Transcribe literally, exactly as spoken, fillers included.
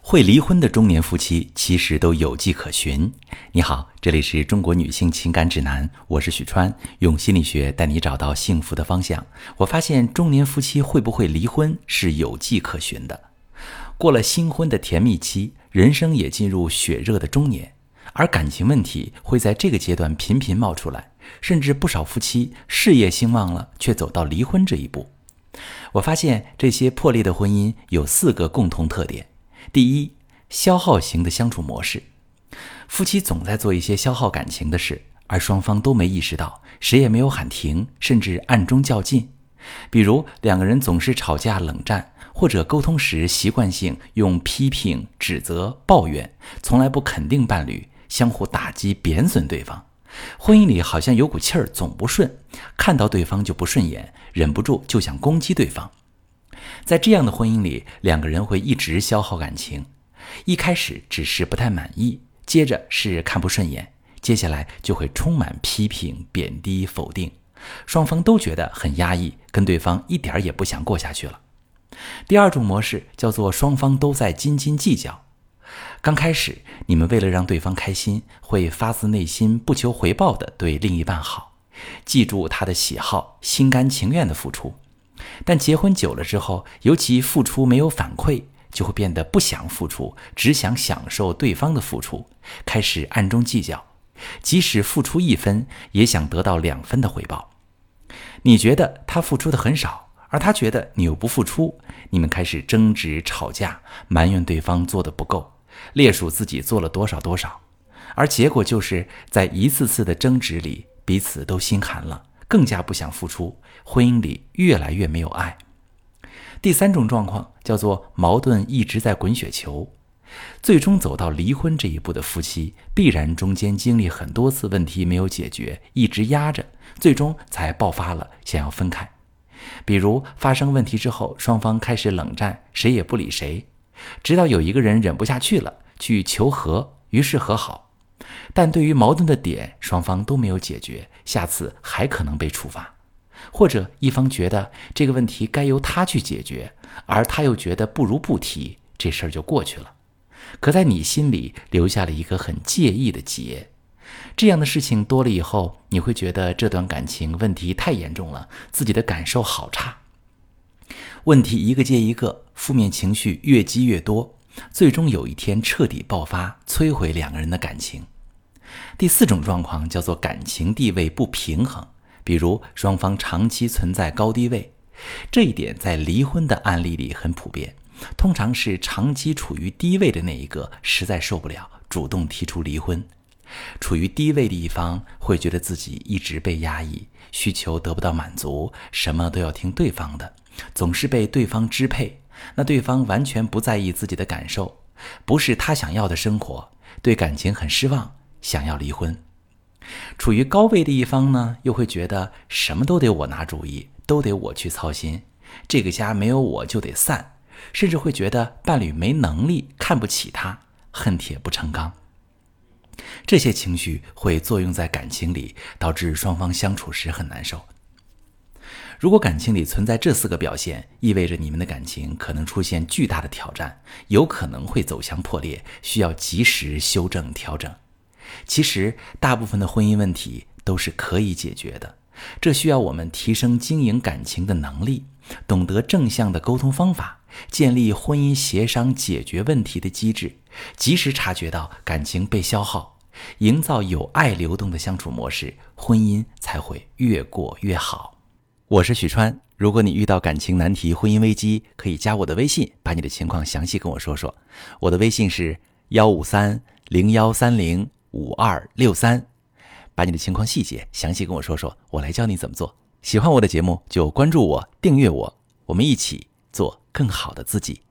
会离婚的中年夫妻其实都有迹可循。你好，这里是中国女性情感指南，我是许川，用心理学带你找到幸福的方向。我发现中年夫妻会不会离婚是有迹可循的。过了新婚的甜蜜期，人生也进入血热的中年，而感情问题会在这个阶段频频冒出来，甚至不少夫妻事业兴旺了，却走到离婚这一步。我发现这些破裂的婚姻有四个共同特点。第一，消耗型的相处模式。夫妻总在做一些消耗感情的事，而双方都没意识到，谁也没有喊停，甚至暗中较劲。比如两个人总是吵架冷战，或者沟通时习惯性用批评、指责、抱怨，从来不肯定伴侣，相互打击贬损对方。婚姻里好像有股气儿总不顺，看到对方就不顺眼，忍不住就想攻击对方。在这样的婚姻里，两个人会一直消耗感情，一开始只是不太满意，接着是看不顺眼，接下来就会充满批评、贬低、否定，双方都觉得很压抑，跟对方一点也不想过下去了。第二种模式叫做双方都在斤斤计较。刚开始，你们为了让对方开心，会发自内心不求回报地对另一半好，记住他的喜好，心甘情愿地付出。但结婚久了之后，尤其付出没有反馈，就会变得不想付出，只想享受对方的付出，开始暗中计较，即使付出一分，也想得到两分的回报。你觉得他付出的很少，而他觉得你又不付出，你们开始争执吵架，埋怨对方做的不够，列数自己做了多少多少，而结果就是在一次次的争执里，彼此都心寒了，更加不想付出，婚姻里越来越没有爱。第三种状况叫做矛盾一直在滚雪球。最终走到离婚这一步的夫妻，必然中间经历很多次问题没有解决，一直压着，最终才爆发了，想要分开。比如发生问题之后，双方开始冷战，谁也不理谁，直到有一个人忍不下去了，去求和，于是和好。但对于矛盾的点，双方都没有解决，下次还可能被处罚。或者一方觉得这个问题该由他去解决，而他又觉得不如不提，这事儿就过去了。可在你心里留下了一个很介意的结。这样的事情多了以后，你会觉得这段感情问题太严重了，自己的感受好差。问题一个接一个，负面情绪越积越多，最终有一天彻底爆发，摧毁两个人的感情。第四种状况叫做感情地位不平衡，比如双方长期存在高低位。这一点在离婚的案例里很普遍，通常是长期处于低位的那一个实在受不了，主动提出离婚。处于低位的一方会觉得自己一直被压抑，需求得不到满足，什么都要听对方的，总是被对方支配，那对方完全不在意自己的感受，不是他想要的生活，对感情很失望，想要离婚。处于高位的一方呢，又会觉得什么都得我拿主意，都得我去操心，这个家没有我就得散，甚至会觉得伴侣没能力，看不起他，恨铁不成钢。这些情绪会作用在感情里，导致双方相处时很难受。如果感情里存在这四个表现，意味着你们的感情可能出现巨大的挑战，有可能会走向破裂，需要及时修正调整。其实大部分的婚姻问题都是可以解决的，这需要我们提升经营感情的能力，懂得正向的沟通方法，建立婚姻协商解决问题的机制，及时察觉到感情被消耗，营造有爱流动的相处模式，婚姻才会越过越好。我是许川，如果你遇到感情难题、婚姻危机，可以加我的微信，把你的情况详细跟我说说。我的微信是一五三零一三零五二六三，把你的情况细节详细跟我说说，我来教你怎么做。喜欢我的节目就关注我，订阅我，我们一起做更好的自己。